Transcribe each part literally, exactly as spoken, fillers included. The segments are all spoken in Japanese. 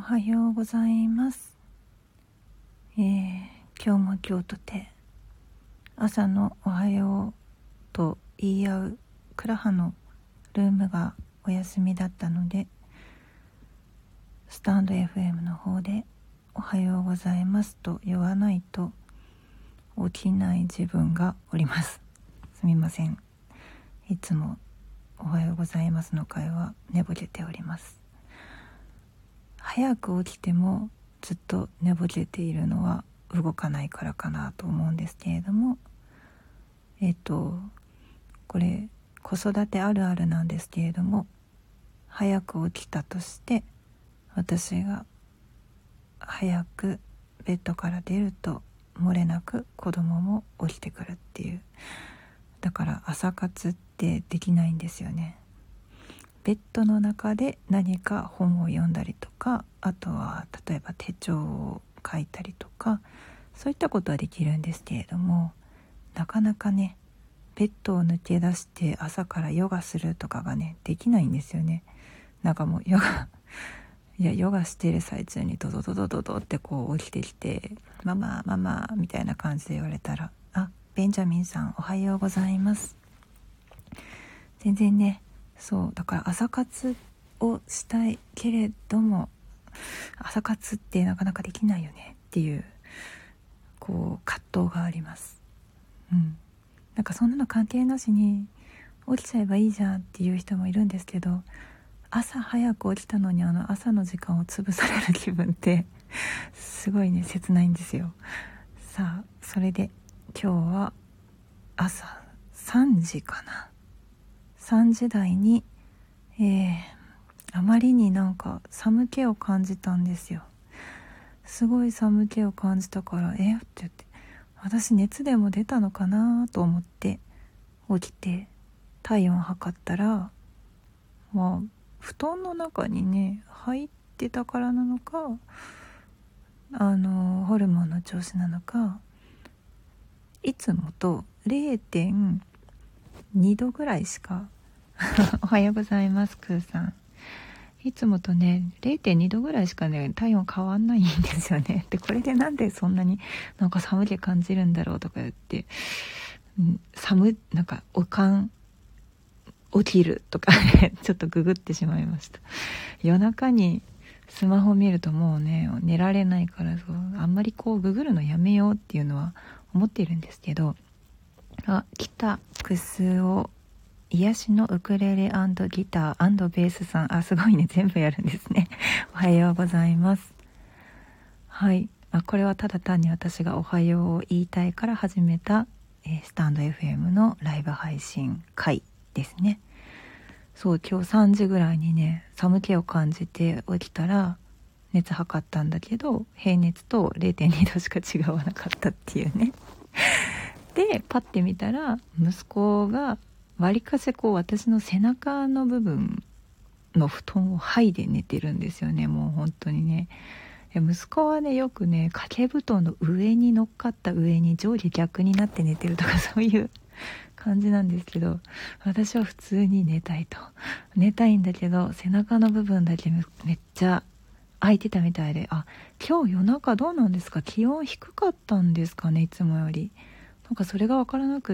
はようございます、えー、今日も今日とて朝のおはようと言い合うクラハのルームがお休みだったので、スタンド エフエム の方でおはようございますと言わないと起きない自分がおります。すみません。いつもおはようございますの会話寝ぼけております。早く起きてもずっと寝ぼけているのは動かないからかなと思うんですけれども、えっとこれ子育てあるあるなんですけれども、早く起きたとして私が早くベッドから出ると漏れなく子供も起きてくるっていう、だから朝活ってできないんですよね。ベッドの中で何か本を読んだりとか、あとは例えば手帳を書いたりとか、そういったことはできるんですけれども、なかなかねベッドを抜け出して朝からヨガするとかがねできないんですよね。なんかもうヨガいやヨガしてる最中にドドドドドドってこう起きてきて、ママママみたいな感じで言われたら、あ、ベンジャミンさんおはようございます。全然ね、そうだから朝活をしたいけれども、朝活ってなかなかできないよねっていうこう葛藤があります。うん。なんかそんなの関係なしに起きちゃえばいいじゃんっていう人もいるんですけど、朝早く起きたのにあの朝の時間を潰される気分ってすごいね切ないんですよ。さあそれで今日は朝さんじかな、さんじ台に、えー、あまりになんか寒気を感じたんですよ。すごい寒気を感じたからえって言って、私熱でも出たのかなと思って起きて体温測ったら、まあ布団の中にね入ってたからなのか、あのホルモンの調子なのか、いつもと れいてんに 度ぐらいしかおはようございますクーさん。いつもとね れいてんに 度ぐらいしかね体温変わんないんですよね。でこれでなんでそんなになんか寒気感じるんだろうとか言って、うん、寒なんかおかん起きるとかねちょっとググってしまいました。夜中にスマホ見るともうね寝られないから、そうあんまりこうググるのやめようっていうのは思っているんですけど、あ、来たクスを癒しのウクレレ&ギター&ベースさん、あ、すごいね、全部やるんですね。おはようございます。はい、あ、これはただ単に私がおはようを言いたいから始めた、えー、スタンド エフエム のライブ配信会ですね。そう、今日さんじぐらいにね寒気を感じて起きたら熱測ったんだけど、平熱と れいてんに 度しか違わなかったっていうね。でパッて見たら息子がわりかしこう私の背中の部分の布団を剥いで寝てるんですよね。もう本当にね、息子はねよくね掛け布団の上に乗っかった上に上下逆になって寝てるとかそういう感じなんですけど、私は普通に寝たいと寝たいんだけど、背中の部分だけめっちゃ空いてたみたいで、あ、今日夜中どうなんですか、気温低かったんですかね、いつもより。なんかそれが分からなくって、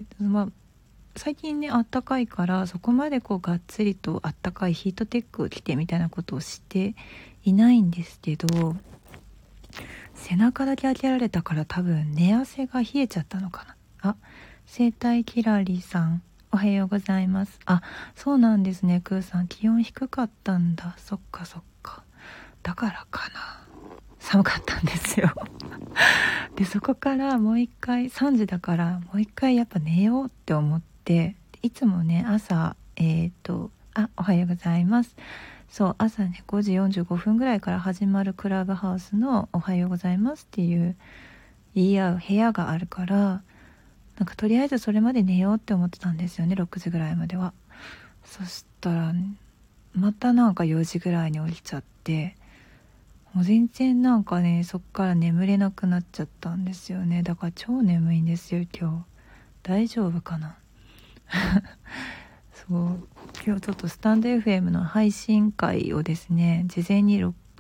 まあ最近ねあったかいからそこまでこうがっつりとあったかいヒートテックを着てみたいなことをしていないんですけど、背中だけ開けられたから多分寝汗が冷えちゃったのかな。あ、生態キラリさんおはようございます。あ、そうなんですね、クーさん気温低かったんだ。そっかそっか、だからかな、寒かったんですよでそこからもう一回さんじだからもう一回やっぱ寝ようって思って、いつもね朝えっ、ー、とあおはようございます、そう朝ねごじよんじゅうごふんぐらいから始まるクラブハウスのおはようございますっていう言い合う部屋があるから、なんかとりあえずそれまで寝ようって思ってたんですよね、ろくじぐらいまでは。そしたらまたなんかよじぐらいに起きちゃって、もう全然なんかねそっから眠れなくなっちゃったんですよね。だから超眠いんですよ今日。大丈夫かなそう今日ちょっとスタンド エフエム の配信会をですね事前に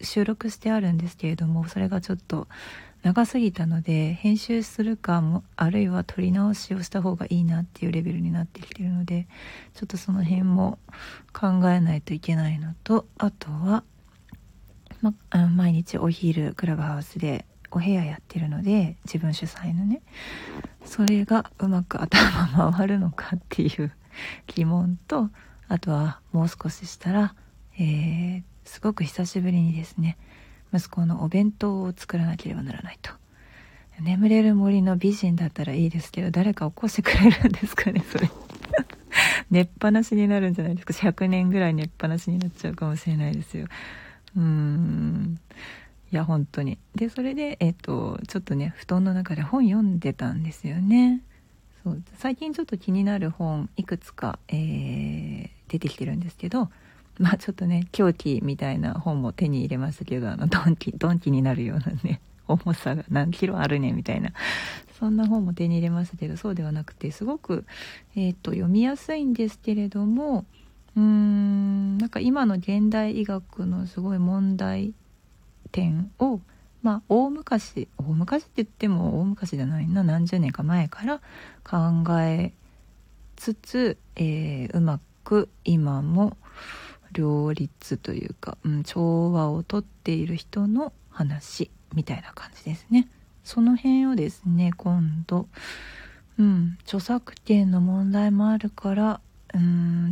収録してあるんですけれども、それがちょっと長すぎたので編集するかも、あるいは撮り直しをした方がいいなっていうレベルになってきてるので、ちょっとその辺も考えないといけないのと、あとは、ま、あ毎日お昼クラブハウスでお部屋やってるので、自分主催のね、それがうまく頭回るのかっていう疑問と、あとはもう少ししたら、えー、すごく久しぶりにですね、息子のお弁当を作らなければならないと。眠れる森の美人だったらいいですけど、誰か起こしてくれるんですかね、それ。寝っぱなしになるんじゃないですか。ひゃくねんぐらい寝っぱなしになっちゃうかもしれないですよ。うーん。いや、本当に。で、それで、えっと、ちょっとね、布団の中で本読んでたんですよね。そう。最近ちょっと気になる本、いくつか、えー、出てきてるんですけど、まあちょっとね、狂気みたいな本も手に入れましたけど、あの、ドンキ、ドンキになるようなね、重さが何キロあるねみたいな、そんな本も手に入れましたけど、そうではなくて、すごく、えっと、読みやすいんですけれども、うーん、なんか今の現代医学のすごい問題点を、まあ大昔、大昔って言っても大昔じゃないな、何十年か前から考えつつ、えー、うまく今も両立というか、うん、調和をとっている人の話みたいな感じですね。その辺をですね、今度、うん、著作権の問題もあるから、うん、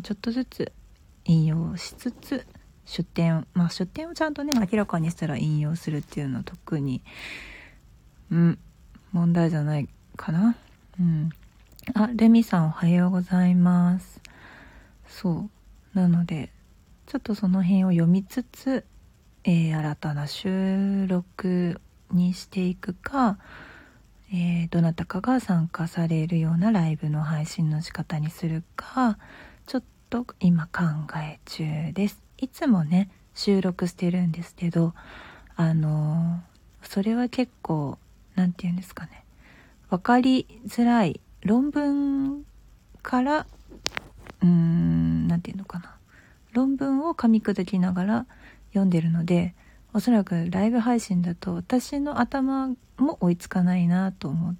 ちょっとずつ引用しつつ、出典、まあ出典をちゃんとね、明らかにしたら引用するっていうのは特に、うん、問題じゃないかな。うん。あ、レミさんおはようございます。そう。なので、ちょっとその辺を読みつつ、えー、新たな収録にしていくか、えー、どなたかが参加されるようなライブの配信の仕方にするか、ちょっと今考え中です。いつもね、収録してるんですけど、あのー、それは結構、なんていうんですかね、わかりづらい論文から、うーん、なんていうのかな、論文を噛み砕きながら読んでるので、おそらくライブ配信だと私の頭も追いつかないなと思って、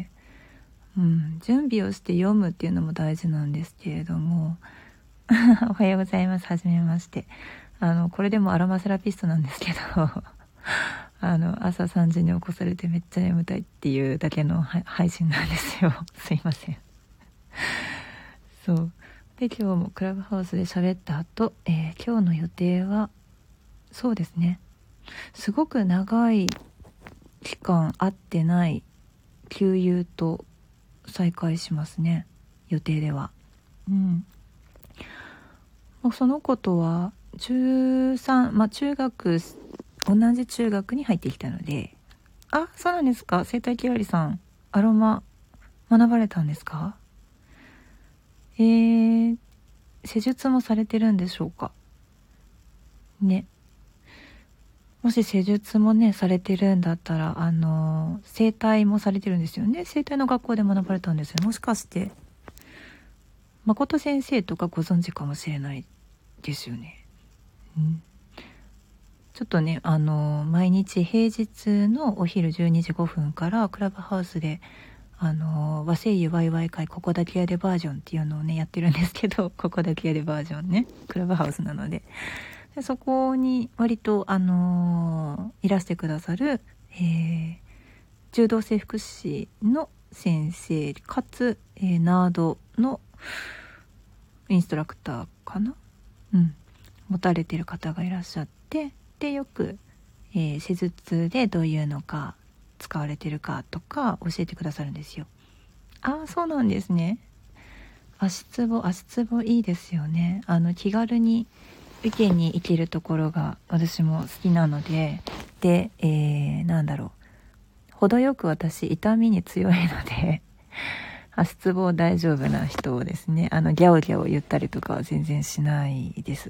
うん、準備をして読むっていうのも大事なんですけれどもおはようございます。はじめまして。あのこれでもアロマセラピストなんですけどあの朝さんじに起こされてめっちゃ眠たいっていうだけの配信なんですよすいませんそうで、今日もクラブハウスで喋った後、えー、今日の予定はそうですね、すごく長い期間会ってない旧友と再会しますね、予定では。うんもうその子とは中さん、まあ中学、同じ中学に入ってきたので、あ、そうなんですか。生態ケアリさん、アロマ学ばれたんですか？えー、施術もされてるんでしょうかね。もし施術もねされてるんだったら、あの整体もされてるんですよね。整体の学校で学ばれたんですよ。もしかして誠先生とかご存知かもしれないですよね。うん、ちょっとね、あの毎日平日のお昼じゅうにじごふんからクラブハウスであの和声優ワイワイ会ここだけやでバージョンっていうのをねやってるんですけど、ここだけやでバージョンね、クラブハウスなので、でそこに割とあのいらしてくださる、えー、柔道整復師の先生かつ、えー、ナードのインストラクターかな、うん持たれてる方がいらっしゃって、でよく、えー、施術でどういうのか使われてるかとか教えてくださるんですよ。ああ、そうなんですね。足つぼ足つぼいいですよね。あの気軽に受けに行けるところが私も好きなので、で、えー、なんだろう、程よく私痛みに強いので足つぼ大丈夫な人をですね、あのギャオギャオ言ったりとかは全然しないです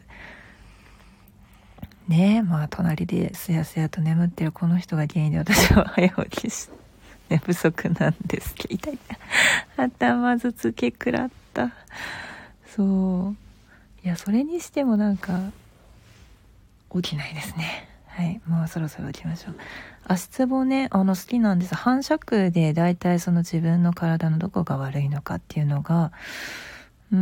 ね。えまあ隣ですやすやと眠ってるこの人が原因で私は早起きし寝不足なんですけど、痛い頭ずつけくらった。そういや、それにしてもなんか起きないですね。 はい、もうそろそろ行きましょう。足つぼね、あの好きなんです。反射区でだいたいその自分の体のどこが悪いのかっていうのが、うん、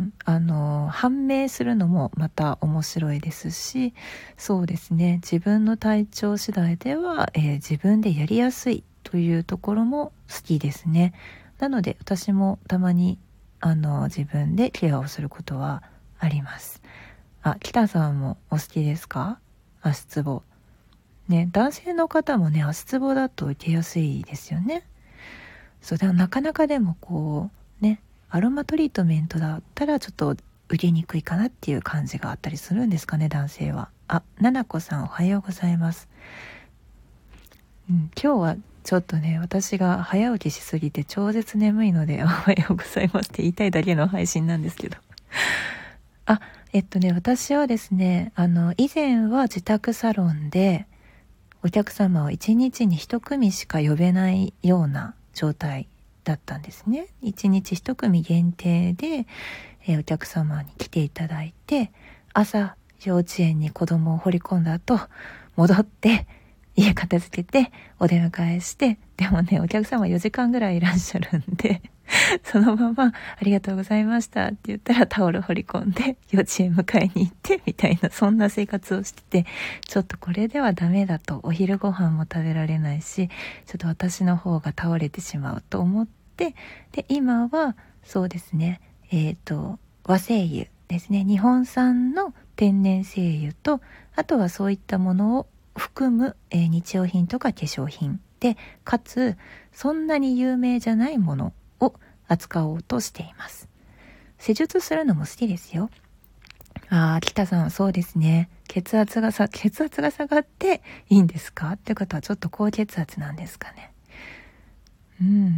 あの判明するのもまた面白いですし、そうですね、自分の体調次第では、えー自分でやりやすいというところも好きですね。なので私もたまにあの自分でケアをすることはあります。あ、北さんもお好きですか？足つぼね、男性の方もね、足つぼだと受けやすいですよね。そうでもなかなかでもこうね、アロマトリートメントだったらちょっと受けにくいかなっていう感じがあったりするんですかね、男性は。あ、ななこさんおはようございます。うん、今日はちょっとね、私が早起きしすぎて超絶眠いのでおはようございますって言いたいだけの配信なんですけど。あ、えっとね、私はですね、あの以前は自宅サロンでお客様をいちにちにひと組しか呼べないような状態だったんですね。いちにちひと組限定で、えーお客様に来ていただいて、朝幼稚園に子供を放り込んだ後戻って家片付けてお出迎えして、でもねお客様よじかんぐらいいらっしゃるんでそのままありがとうございましたって言ったらタオル掘り込んで幼稚園迎えに行ってみたいな、そんな生活をしてて、ちょっとこれではダメだと、お昼ご飯も食べられないし、ちょっと私の方が倒れてしまうと思って、で今はそうですね、えっと和精油ですね、日本産の天然精油と、あとはそういったものを含む、えー日用品とか化粧品で、かつそんなに有名じゃないものを扱おうとしています。施術するのも好きですよ。ああ、北さん、そうですね。血圧がさ、血圧が下がっていいんですかって方はちょっと高血圧なんですかね。うん。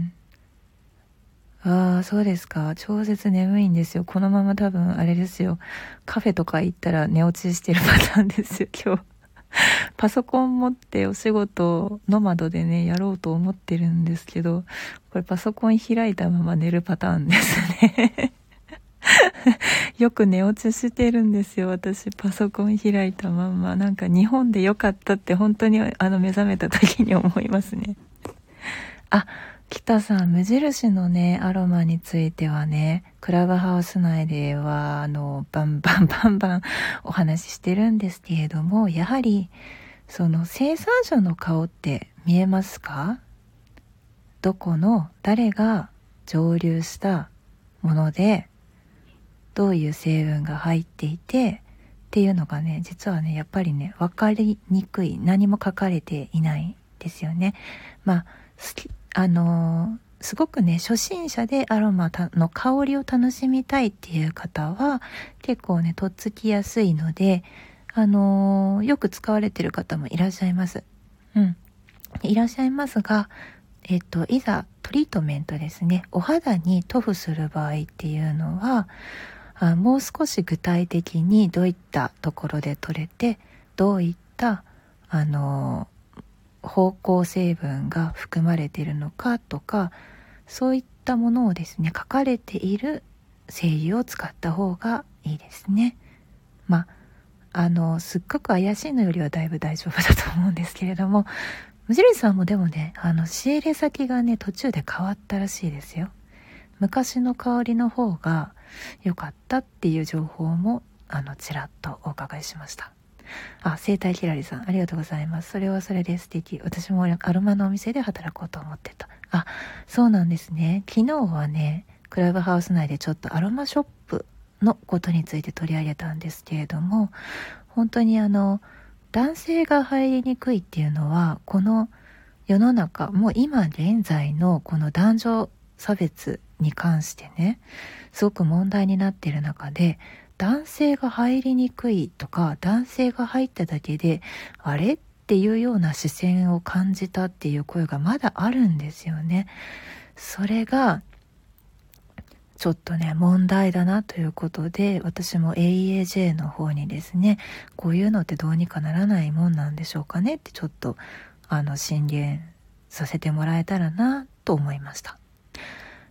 ああ、そうですか。超絶眠いんですよ。このまま多分あれですよ。カフェとか行ったら寝落ちしてるパターンですよ、今日。パソコン持ってお仕事ノマドでね、やろうと思ってるんですけど、これパソコン開いたまま寝るパターンですね。よく寝落ちしてるんですよ、私。パソコン開いたまんま。なんか日本でよかったって本当にあの目覚めた時に思いますね。あ、北さん、無印のね、アロマについてはね、クラブハウス内では、あの、バンバンバンバンお話ししてるんですけれども、やはり、その生産者の顔って見えますか？どこの誰が蒸留したもので、どういう成分が入っていてっていうのがね、実はね、やっぱりね、分かりにくい、何も書かれていないですよね。まあ、好き、あのーすごくね、初心者でアロマの香りを楽しみたいっていう方は結構ね、とっつきやすいので、あのーよく使われてる方もいらっしゃいます。うん。いらっしゃいますが、えっと、いざトリートメントですね、お肌に塗布する場合っていうのは、あもう少し具体的にどういったところで取れて、どういったあの芳香成分が含まれているのかとか、そういったものをですね、書かれている精油を使った方がいいですね。まああのすっごく怪しいのよりはだいぶ大丈夫だと思うんですけれども、無印さんもでもね、あの仕入れ先がね途中で変わったらしいですよ。昔の香りの方が良かったっていう情報もあのちらっとお伺いしました。あ、生態キラリさんありがとうございます。それはそれで素敵。私もアロマのお店で働こうと思ってた。あ、そうなんですね。昨日はね、クラブハウス内でちょっとアロマショップのことについて取り上げたんですけれども、本当にあの男性が入りにくいっていうのは、この世の中もう今現在のこの男女差別に関してね、すごく問題になっている中で、男性が入りにくいとか、男性が入っただけであれっていうような視線を感じたっていう声がまだあるんですよね。それがちょっとね問題だなということで、私も エーイーエージェー の方にですね、こういうのってどうにかならないもんなんでしょうかねってちょっとあの進言させてもらえたらなと思いました。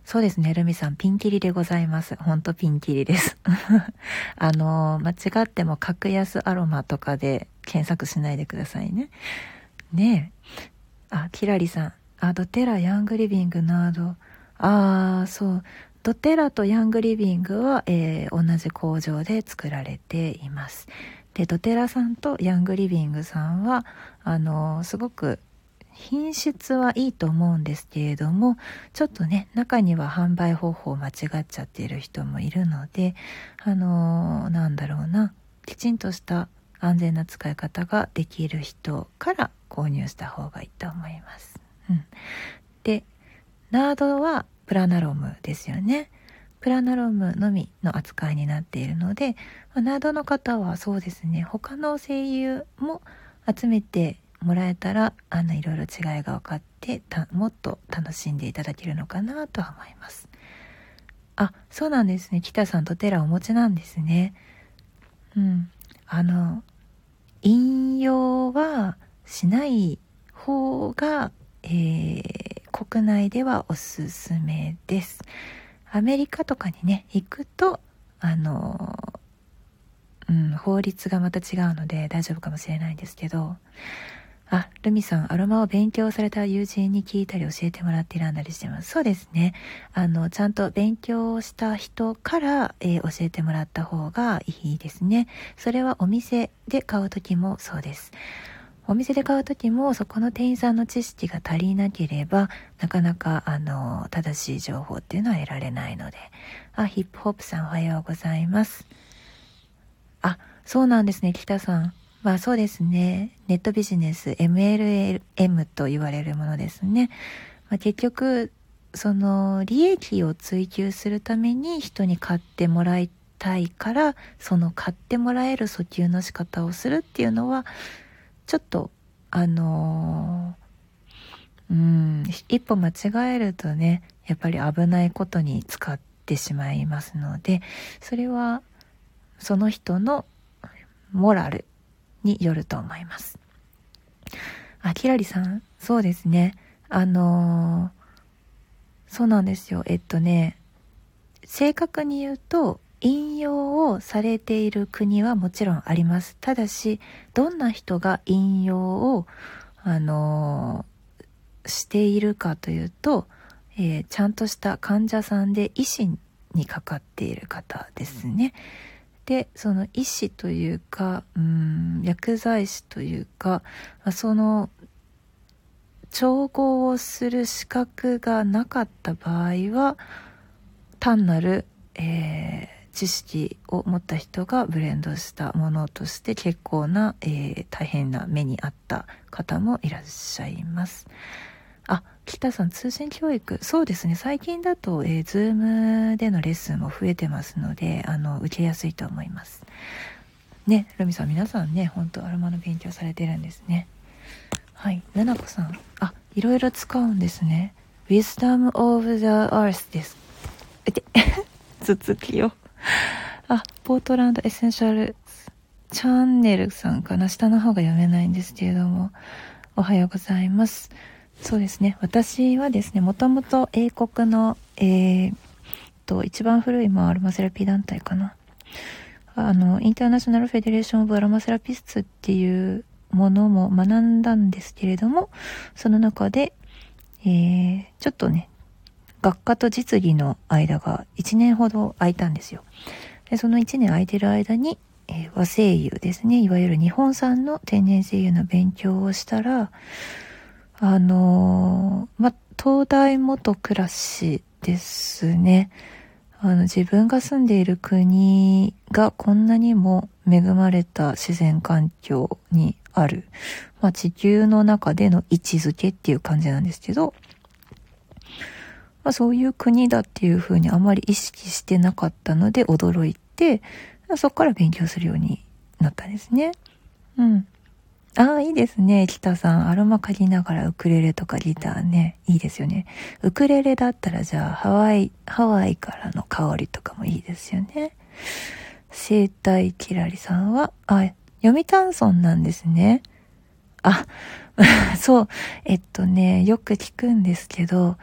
そうですね、ルミさん、ピンキリでございます。ほんとピンキリです。あの、間違っても格安アロマとかで検索しないでくださいね。ねえ。あ、キラリさん。あ、ドテラ、ヤングリビングなど。ああ、そう。ドテラとヤングリビングは、えー同じ工場で作られています。で、ドテラさんとヤングリビングさんは、あの、すごく品質はいいと思うんですけれども、ちょっとね、中には販売方法を間違っちゃっている人もいるので、あの、なんだろうな、きちんとした安全な使い方ができる人から購入した方がいいと思います。うん、で、ナードはプラナロムですよね。プラナロムのみの扱いになっているので、まあ、ナードの方はそうですね、他の声優も集めてもらえたら、あのいろいろ違いが分かってたもっと楽しんでいただけるのかなとは思います。あ、そうなんですね。北さんとテラお持ちなんですね。うん。あの引用はしない方が、えー、国内ではおすすめです。アメリカとかにね行くとあの、うん、法律がまた違うので大丈夫かもしれないんですけど、あ、ルミさん、アロマを勉強された友人に聞いたり教えてもらって選んだりしてます。そうですね。あの、ちゃんと勉強した人から、えー教えてもらった方がいいですね。それはお店で買うときもそうです。お店で買うときも、そこの店員さんの知識が足りなければ、なかなか、あの、正しい情報っていうのは得られないので。あ、ヒップホップさんおはようございます。あ、そうなんですね、北さん。まあそうですね。ネットビジネス エムエルエム と言われるものですね。まあ、結局その利益を追求するために人に買ってもらいたいから、その買ってもらえる訴求の仕方をするっていうのはちょっとあのー、うん一歩間違えるとね、やっぱり危ないことに使ってしまいますので、それはその人のモラルによると思います。あ、キラリさん、そうですね。あのー、そうなんですよ。えっとね、正確に言うと、引用をされている国はもちろんあります。ただし、どんな人が引用を、あのー、しているかというと、えー、ちゃんとした患者さんで医師にかかっている方ですね。で、その医師というか、うーん、薬剤師というか、その調合をする資格がなかった場合は、単なる、えー知識を持った人がブレンドしたものとして結構な、えー大変な目にあった方もいらっしゃいます。あ、北さん、通信教育、そうですね、最近だと、えー、Zoom でのレッスンも増えてますので、あの受けやすいと思いますね。ルミさん、皆さんね、本当アロマの勉強されてるんですね。はい、ななこさん、あ、いろいろ使うんですね。 Wisdom of the Earth です。えて続きをあ、ポートランドエッセンシャルチャンネルさんかな、下の方が読めないんですけれども、おはようございます。そうですね、私はですね、もともと英国の、えー、と一番古い、まあ、アロマセラピー団体かな、あのインターナショナルフェデレーションオブアロマセラピストっていうものも学んだんですけれども、その中で、えー、ちょっとね、学科と実技の間がいちねんほど空いたんですよ。でそのいちねん空いてる間に、えー、和精油ですね、いわゆる日本産の天然精油の勉強をしたら、あのー、ま、東大元暮らしですね。あの、自分が住んでいる国がこんなにも恵まれた自然環境にある。まあ、地球の中での位置づけっていう感じなんですけど、まあ、そういう国だっていう風にあまり意識してなかったので驚いて、そこから勉強するようになったんですね。うん。ああ、いいですね。北さん、アロマ嗅ぎながらウクレレとかギターね、いいですよね。ウクレレだったらじゃあハワイ、ハワイからの香りとかもいいですよね。生態キラリさんは、あ、読谷村なんですね。あ、そう、えっとね、よく聞くんですけど、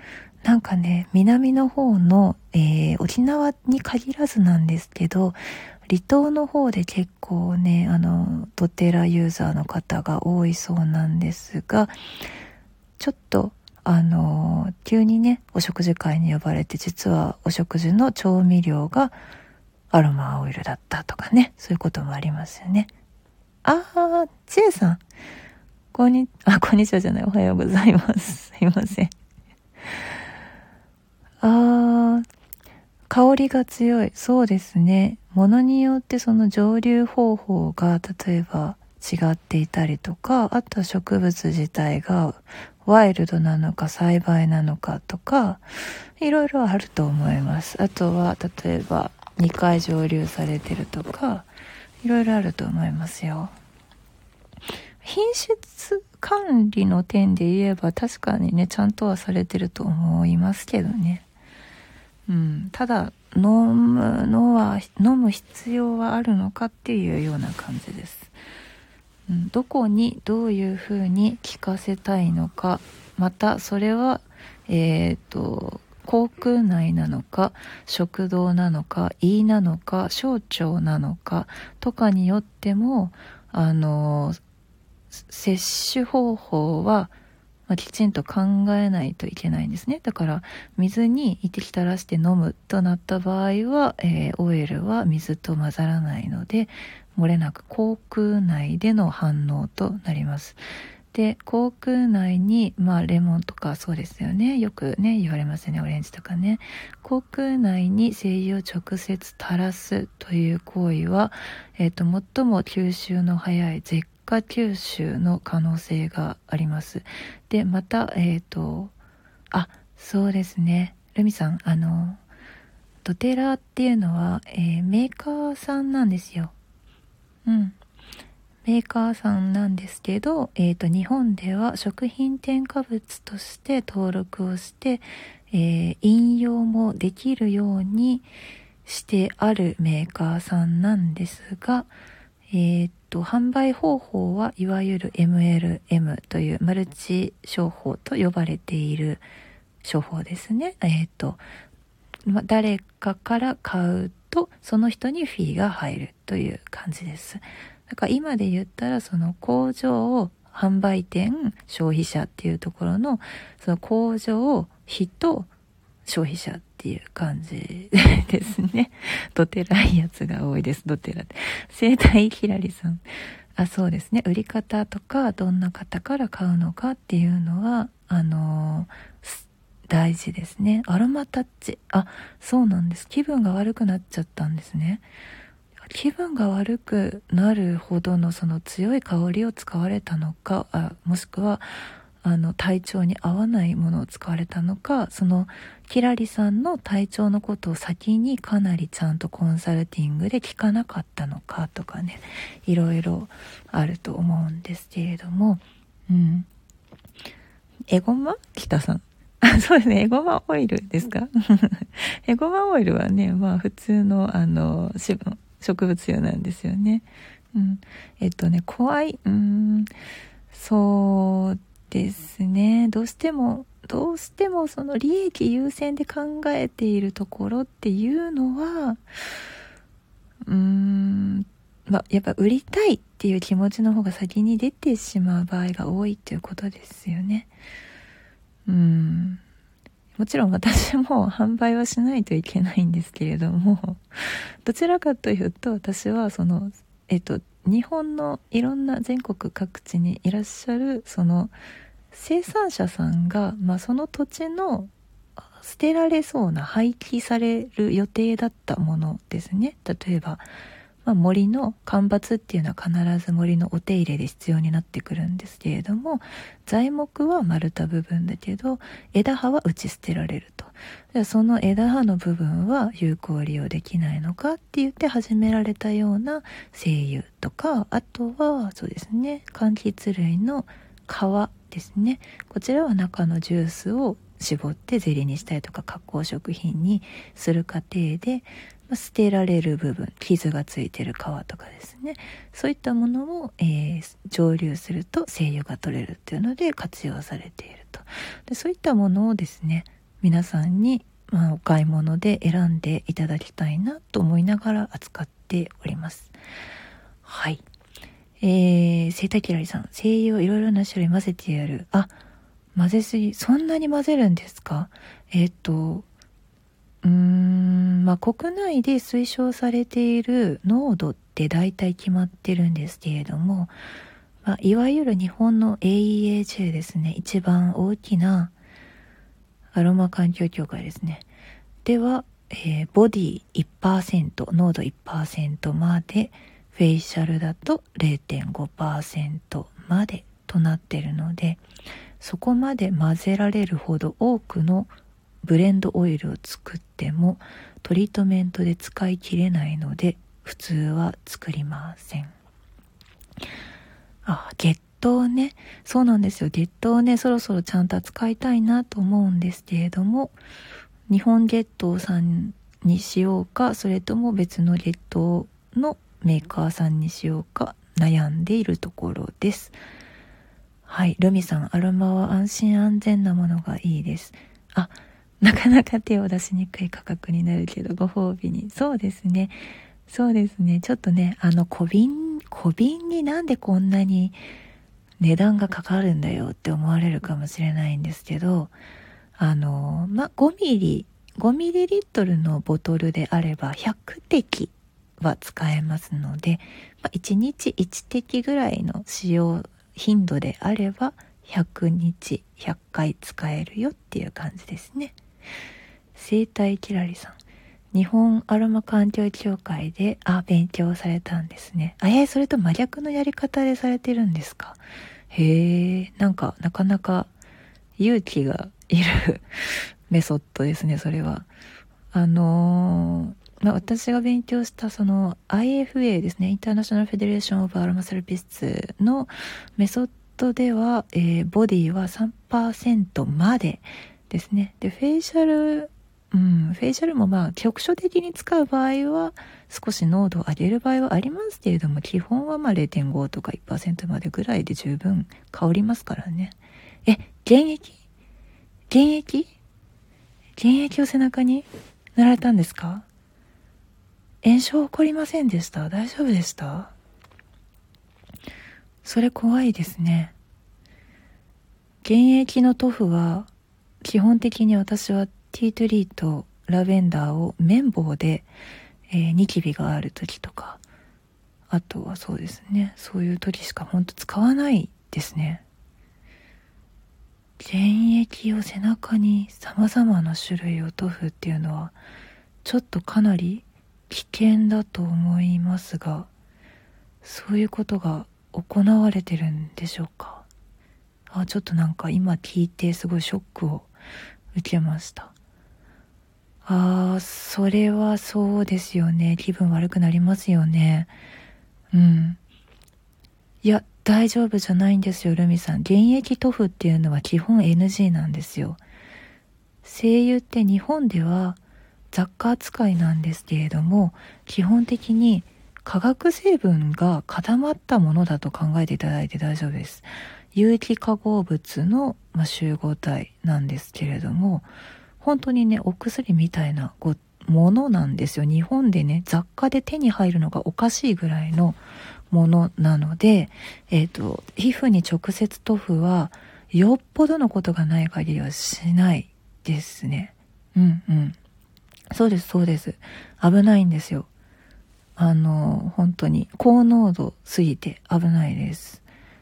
なんかね、南の方の、えー、沖縄に限らずなんですけど、離島の方で結構ね、あの、ドテラユーザーの方が多いそうなんですが、ちょっと、あの、急にね、お食事会に呼ばれて、実はお食事の調味料がアロマオイルだったとかね、そういうこともありますよね。あー、ちえさん。こんに、あ、こんにちはじゃない、おはようございます。すいません。あー、香りが強い。そうですね。ものによってその蒸留方法が例えば違っていたりとか、あとは植物自体がワイルドなのか栽培なのかとか、いろいろあると思います。あとは例えばにかい蒸留されてるとか、いろいろあると思いますよ。品質管理の点で言えば確かにね、ちゃんとはされてると思いますけどね。うん、ただ飲むのは飲む必要はあるのかっていうような感じです、うん、どこにどういうふうに効かせたいのか、またそれはえっと口腔内なのか食道なのか胃なのか小腸なのかとかによってもあの摂取方法はまあ、きちんと考えないといけないんですね。だから水に一滴垂らして飲むとなった場合は、えー、オイルは水と混ざらないので漏れなく口腔内での反応となります。で、口腔内に、まあ、レモンとかそうですよね。よくね、言われますよね。オレンジとかね。口腔内に精油を直接垂らすという行為は、えっと、最も吸収の早い舌下吸収の可能性があります。で、また、えっと、あ、そうですね。ルミさん、あの、ドテラっていうのは、えー、メーカーさんなんですよ。うん。メーカーさんなんですけど、えーと、日本では食品添加物として登録をして、えー、飲用もできるようにしてあるメーカーさんなんですが、えーと、販売方法はいわゆる エムエルエム というマルチ商法と呼ばれている商法ですね。えーと、ま、誰かから買うとその人にフィーが入るという感じです。だから今で言ったらその工場販売店消費者っていうところのその工場費と消費者っていう感じですね。ドテラいやつが多いです。ドテラって生態ひらりさん、あ、そうですね。売り方とかどんな方から買うのかっていうのはあのー大事ですね。アロマタッチ。あ、そうなんです。気分が悪くなっちゃったんですね。気分が悪くなるほどのその強い香りを使われたのか、あ、もしくはあの体調に合わないものを使われたのか、そのキラリさんの体調のことを先にかなりちゃんとコンサルティングで聞かなかったのかとかね、いろいろあると思うんですけれども、うん。エゴマ北さん。あ、そうですね。エゴマオイルですかエゴマオイルはね、まあ普通のあの植物油なんですよね。うん。えっとね、怖い。うーん。そうですね。どうしても、どうしてもその利益優先で考えているところっていうのは、うーん。まあ、やっぱ売りたいっていう気持ちの方が先に出てしまう場合が多いっていうことですよね。うん。もちろん私も販売はしないといけないんですけれども、どちらかというと私はその、えっと、日本のいろんな全国各地にいらっしゃるその生産者さんが、まあ、その土地の捨てられそうな廃棄される予定だったものですね。例えばまあ、森の間伐っていうのは必ず森のお手入れで必要になってくるんですけれども、材木は丸太部分だけど枝葉は打ち捨てられると。じゃあその枝葉の部分は有効利用できないのかって言って始められたような精油とか、あとはそうですね、柑橘類の皮ですね。こちらは中のジュースを絞ってゼリーにしたりとか加工食品にする過程で捨てられる部分、傷がついてる皮とかですね、そういったものを、えー、蒸留すると精油が取れるっていうので活用されていると。でそういったものをですね、 皆さんに、まあ、お買い物で選んでいただきたいなと思いながら扱っております。はい。えー、セイタキラリさん、精油をいろいろな種類混ぜてやる。あ、混ぜすぎ、そんなに混ぜるんですか？えっと、うーん、まあ、国内で推奨されている濃度って大体決まってるんですけれども、まあ、いわゆる日本の エーイーエージェー ですね、一番大きなアロマ環境協会ですね。では、えー、ボディ いちパーセント、濃度 いちパーセント まで、フェイシャルだと れいてんごパーセント までとなっているので、そこまで混ぜられるほど多くのブレンドオイルを作ってもトリートメントで使い切れないので普通は作りません。あ、月桃ね。そうなんですよ。月桃ね、そろそろちゃんと扱いたいなと思うんですけれども、日本月桃さんにしようか、それとも別の月桃のメーカーさんにしようか悩んでいるところです。はい、ルミさん、アロマは安心安全なものがいいです。あ、なかなか手を出しにくい価格になるけどご褒美に。そうですね。そうですね。ちょっとね、あの小瓶、小瓶になんでこんなに値段がかかるんだよって思われるかもしれないんですけど、あの、ま、ごミリ、ごミリリットルのボトルであればひゃくてきは使えますので、ま、いちにちいちてきぐらいの使用頻度であればひゃくにちひゃっかい使えるよっていう感じですね。生態キラリさん、日本アロマ環境協会であ勉強されたんですね。あえそれと真逆のやり方でされてるんですか？へえ、なんかなかなか勇気がいるメソッドですね。それはあのーまあ、私が勉強したその アイエフエー ですね、インターナショナルフェデレーションオブアロマセラピストのメソッドでは、えー、ボディは さんパーセント までですね。で、フェイシャル、うん、フェイシャルもまあ局所的に使う場合は少し濃度を上げる場合はありますけれども、基本はまあ れいてんご とか いちパーセント までぐらいで十分香りますからね。え、原液原液原液を背中に塗られたんですか？炎症起こりませんでした？大丈夫でした？それ怖いですね。原液の塗布は基本的に私はティートリーとラベンダーを綿棒で、えー、ニキビがある時とか、あとはそうですね、そういう時しか本当使わないですね。原液を背中に様々な種類を塗布っていうのはちょっとかなり危険だと思いますが、そういうことが行われてるんでしょうか？あ、ちょっとなんか今聞いてすごいショックを受けました。あー、それはそうですよね。気分悪くなりますよね。うん。いや、大丈夫じゃないんですよ、ルミさん。原液塗布っていうのは基本 エヌジー なんですよ。精油って日本では雑貨扱いなんですけれども、基本的に化学成分が固まったものだと考えていただいて大丈夫です。有機化合物の、まあ、集合体なんですけれども、本当にね、お薬みたいなごものなんですよ。日本でね、雑貨で手に入るのがおかしいぐらいのものなので、えっと、皮膚に直接塗布はよっぽどのことがない限りはしないですね。うんうん。そうです、そうです。危ないんですよ。あの、本当に高濃度すぎて危ないです。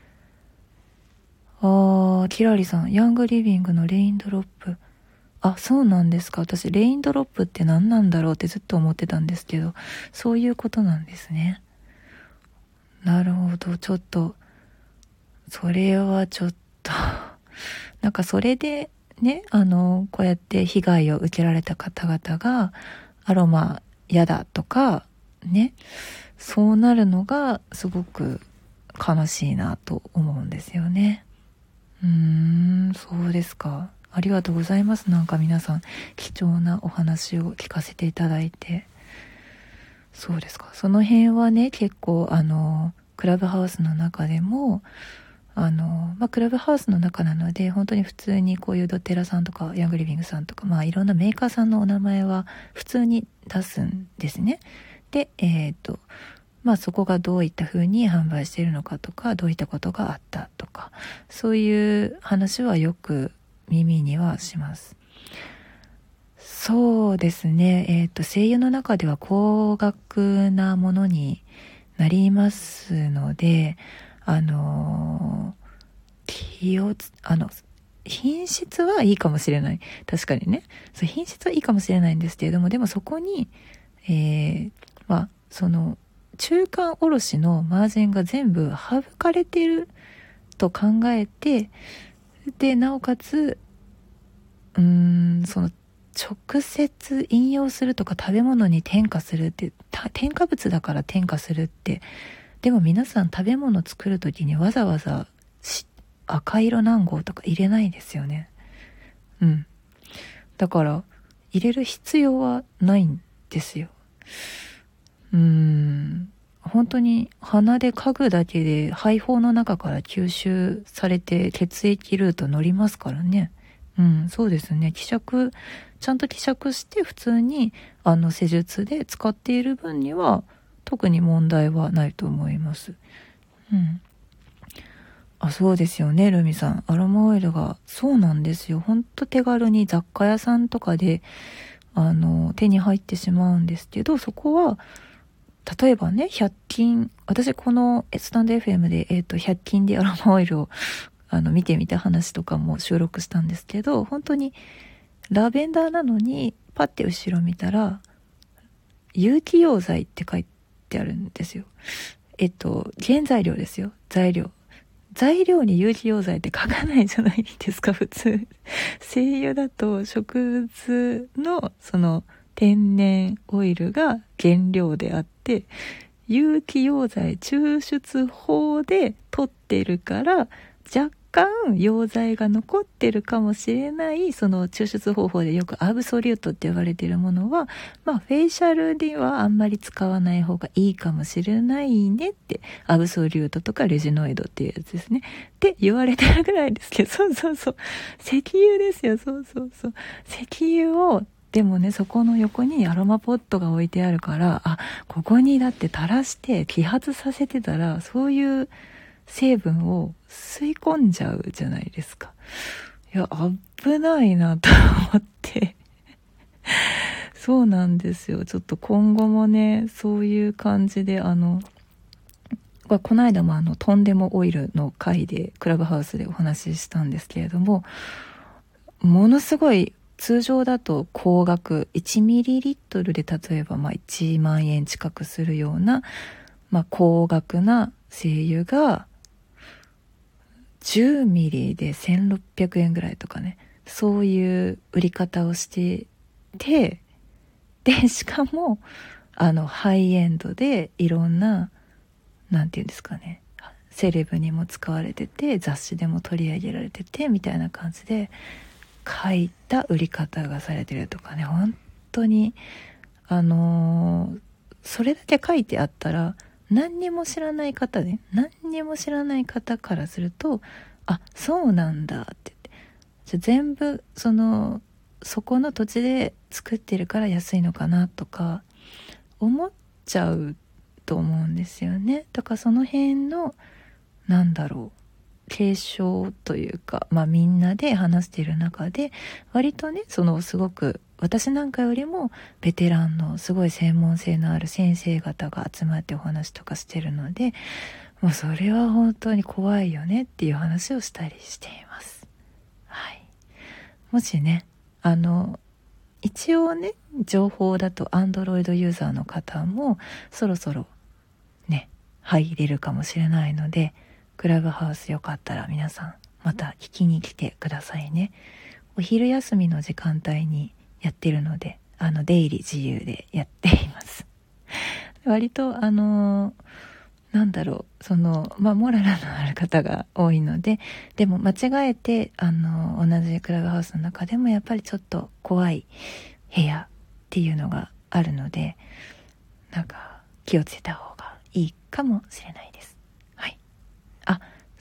あー、キラリさん、ヤングリビングのレインドロップ。あ、そうなんですか。私、レインドロップって何なんだろうってずっと思ってたんですけど、そういうことなんですね。なるほど、ちょっと、それはちょっと、なんかそれでね、あの、こうやって被害を受けられた方々が、アロマ嫌だとか、ね、そうなるのがすごく悲しいなと思うんですよね。うーん、そうですか。ありがとうございます。なんか皆さん貴重なお話を聞かせていただいて。そうですか。その辺はね、結構あのクラブハウスの中でもあの、まあ、クラブハウスの中なので本当に普通にこういうドテラさんとかヤングリビングさんとか、まあ、いろんなメーカーさんのお名前は普通に出すんですね。で、えっとまあ、そこがどういった風に販売しているのかとか、どういったことがあったとか、そういう話はよく耳にはします。そうですね、えっと声優の中では高額なものになりますので、あの気をつあの品質はいいかもしれない、確かにね、そう品質はいいかもしれないんですけれども、でもそこに、えー、まあその中間卸のマージンが全部省かれていると考えて、でなおかつうーんその直接引用するとか食べ物に添加するって、添加物だから添加するって、でも皆さん食べ物作る時にわざわざ赤色何号とか入れないですよね。うんだから入れる必要はないんですよ。うーん本当に鼻で嗅ぐだけで肺胞の中から吸収されて血液ルート乗りますからね。うんそうですね、希釈ちゃんと希釈して普通にあの施術で使っている分には特に問題はないと思います。うんあそうですよね、ルミさん、アロマオイルがそうなんですよ、ほんと手軽に雑貨屋さんとかであの手に入ってしまうんですけど、そこは例えばねひゃく均、私このスタンド エフエム で、えー、とひゃく均でアロマオイルをあの見てみた話とかも収録したんですけど、本当にラベンダーなのにパッて後ろ見たら有機溶剤って書いてあるんですよ。えっと原材料ですよ、材料材料に有機溶剤って書かないじゃないですか普通。精油だと植物のその天然オイルが原料であって、有機溶剤抽出法で取ってるから若干溶剤が残ってるかもしれない、その抽出方法でよくアブソリュートって言われているものは、まあフェイシャルにはあんまり使わない方がいいかもしれないねって、アブソリュートとかレジノイドっていうやつですねって言われてるぐらいですけど、そうそうそう石油ですよ、そうそうそう石油を、でもねそこの横にアロマポットが置いてあるから、あここにだって垂らして揮発させてたらそういう成分を吸い込んじゃうじゃないですか。いや危ないなと思ってそうなんですよ、ちょっと今後もねそういう感じで、あのこの間もあのとんでもオイルの回でクラブハウスでお話ししたんですけれども、ものすごい通常だと高額 いちミリリットル で例えばまあいちまんえん近くするような、まあ、高額な精油がじゅうミリでせんろっぴゃくえんぐらいとかね、そういう売り方をしてて、でしかもあのハイエンドでいろんな、なんていうんですかね、セレブにも使われてて雑誌でも取り上げられててみたいな感じで書いた売り方がされてるとかね、本当にあのー、それだけ書いてあったら何にも知らない方ね、何にも知らない方からすると、あそうなんだって言って、じゃ全部そのそこの土地で作ってるから安いのかなとか思っちゃうと思うんですよね。だからその辺のなんだろう継承というか、まあみんなで話している中で割とね、そのすごく私なんかよりもベテランのすごい専門性のある先生方が集まってお話とかしてるので、もうそれは本当に怖いよねっていう話をしたりしています。はい。もしね、あの一応ね情報だと Android ユーザーの方もそろそろね入れるかもしれないので、クラブハウスよかったら皆さんまた聞きに来てくださいね。お昼休みの時間帯にやってるので、あの出入り自由でやっています割とあのなんだろうそのまあモラルのある方が多いので、でも間違えてあの同じクラブハウスの中でもやっぱりちょっと怖い部屋っていうのがあるので、なんか気をつけた方がいいかもしれないです。はい。あ、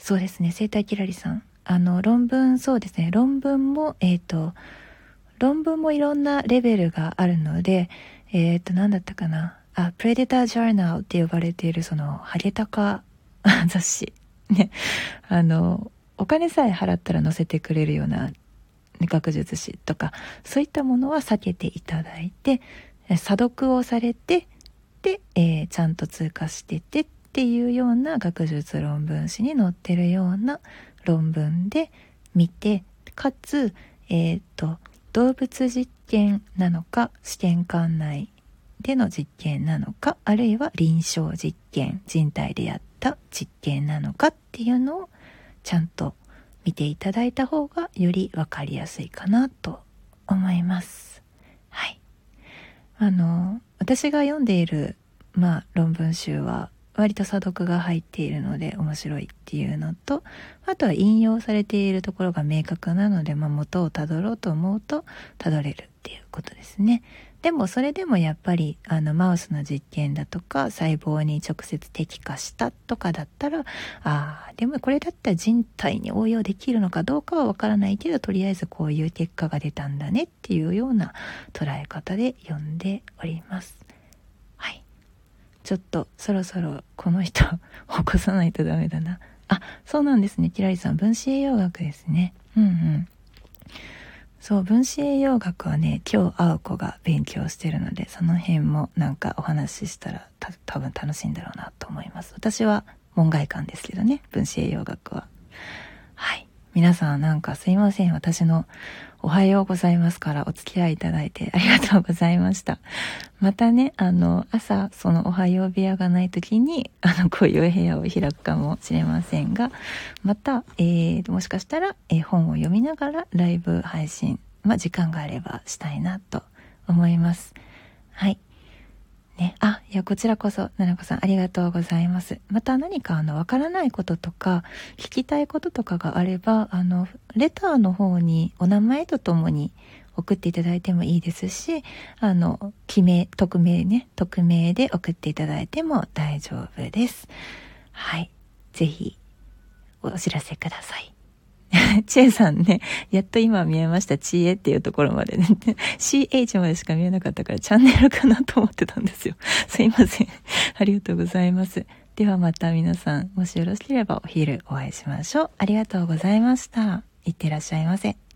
そうですね、生態キラリさん。あの、論文、そうですね、論文も、えっと、論文もいろんなレベルがあるので、えっと、なんだったかな。あ、プレデタージャーナルって呼ばれている、その、ハゲタカ雑誌。ね。あの、お金さえ払ったら載せてくれるような学術誌とか、そういったものは避けていただいて、査読をされて、で、えー、ちゃんと通過しててっていうような学術論文誌に載ってるような論文で見て、かつ、えっと、動物実験なのか、試験管内での実験なのか、あるいは臨床実験、人体でやった実験なのかっていうのをちゃんと見ていただいた方がより分かりやすいかなと思います。はい。あの、私が読んでいる、まあ、論文集は割と査読が入っているので面白いっていうのと、あとは引用されているところが明確なので、まあ、元をたどろうと思うとたどれるっていうことですね。でもそれでもやっぱりあのマウスの実験だとか細胞に直接適化したとかだったら、ああでもこれだったら人体に応用できるのかどうかはわからないけど、とりあえずこういう結果が出たんだねっていうような捉え方で読んでおります。はい。ちょっとそろそろこの人起こさないとダメだな。あ、そうなんですね。キラリさん、分子栄養学ですね。うんうん。そう、分子栄養学はね、今日会う子が勉強してるので、その辺もなんかお話ししたらた多分楽しいんだろうなと思います。私は門外漢ですけどね、分子栄養学は。はい。皆さんなんかすいません。私のおはようございますからお付き合いいただいてありがとうございました。またね、あの、朝、そのおはよう部屋がない時に、あの、こういう部屋を開くかもしれませんが、また、えー、もしかしたら、えー、本を読みながらライブ配信、まあ、時間があればしたいなと思います。はい。ね、あ、いや、こちらこそ、ななこさんありがとうございます。また何かあの、わからないこととか、聞きたいこととかがあれば、あの、レターの方にお名前とともに送っていただいてもいいですし、あの、記名、匿名ね、匿名で送っていただいても大丈夫です。はい。ぜひ、お知らせください。チェイさんね、やっと今見えました。チエっていうところまでね。シーエイチ までしか見えなかったからチャンネルかなと思ってたんですよ。すいません。ありがとうございます。ではまた皆さん、もしよろしければお昼お会いしましょう。ありがとうございました。いってらっしゃいませ。